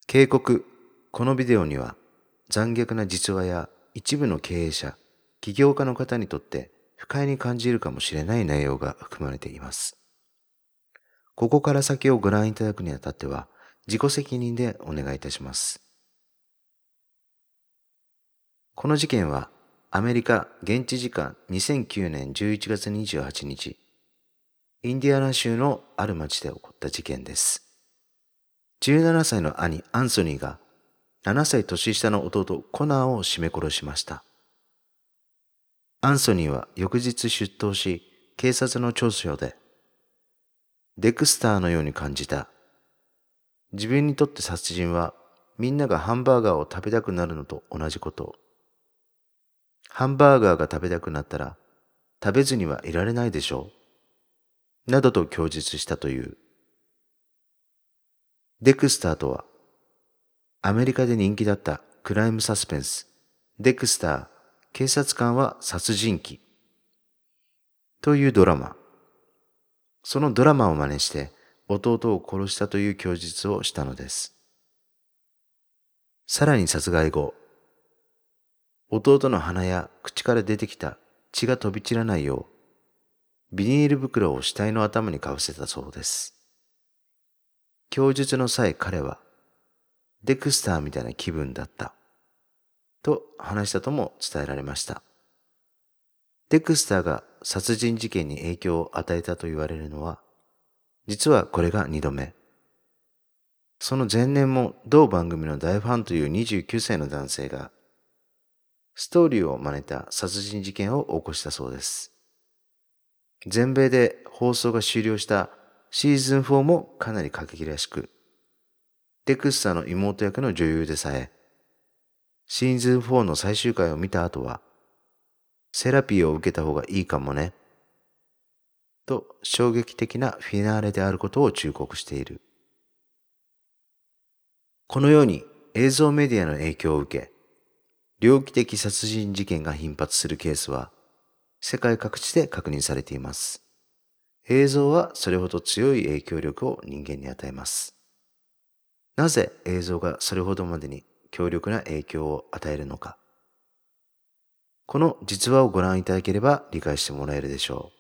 警告。このビデオには残虐な実話や一部の経営者、起業家の方にとって不快に感じるかもしれない内容が含まれています。ここから先をご覧いただくにあたっては自己責任でお願いいたします。この事件はアメリカ現地時間2009年11月28日、インディアナ州のある町で起こった事件です。17歳の兄アンソニーが7歳年下の弟コナーを絞め殺しました。アンソニーは翌日出頭し、警察の聴取でデクスターのように感じた。自分にとって殺人はみんながハンバーガーを食べたくなるのと同じこと。ハンバーガーが食べたくなったら食べずにはいられないでしょう。などと供述したという。デクスターとはアメリカで人気だったクライムサスペンス、デクスター、警察官は殺人鬼というドラマ。そのドラマを真似して弟を殺したという供述をしたのです。さらに殺害後、弟の鼻や口から出てきた血が飛び散らないよう、ビニール袋を死体の頭にかぶせたそうです。供述の際彼は、デクスターみたいな気分だったと話したとも伝えられました。デクスターが殺人事件に影響を与えたと言われるのは、実はこれが2度目。その前年も同番組の大ファンという29歳の男性が、ストーリーを真似た殺人事件を起こしたそうです。全米で放送が終了したシーズン4もかなり過激らしく、デクスターの妹役の女優でさえ、シーズン4の最終回を見た後は、セラピーを受けた方がいいかもね、と衝撃的なフィナーレであることを忠告している。このように映像メディアの影響を受け、猟奇的殺人事件が頻発するケースは世界各地で確認されています。映像はそれほど強い影響力を人間に与えます。なぜ映像がそれほどまでに強力な影響を与えるのか。この実話をご覧いただければ理解してもらえるでしょう。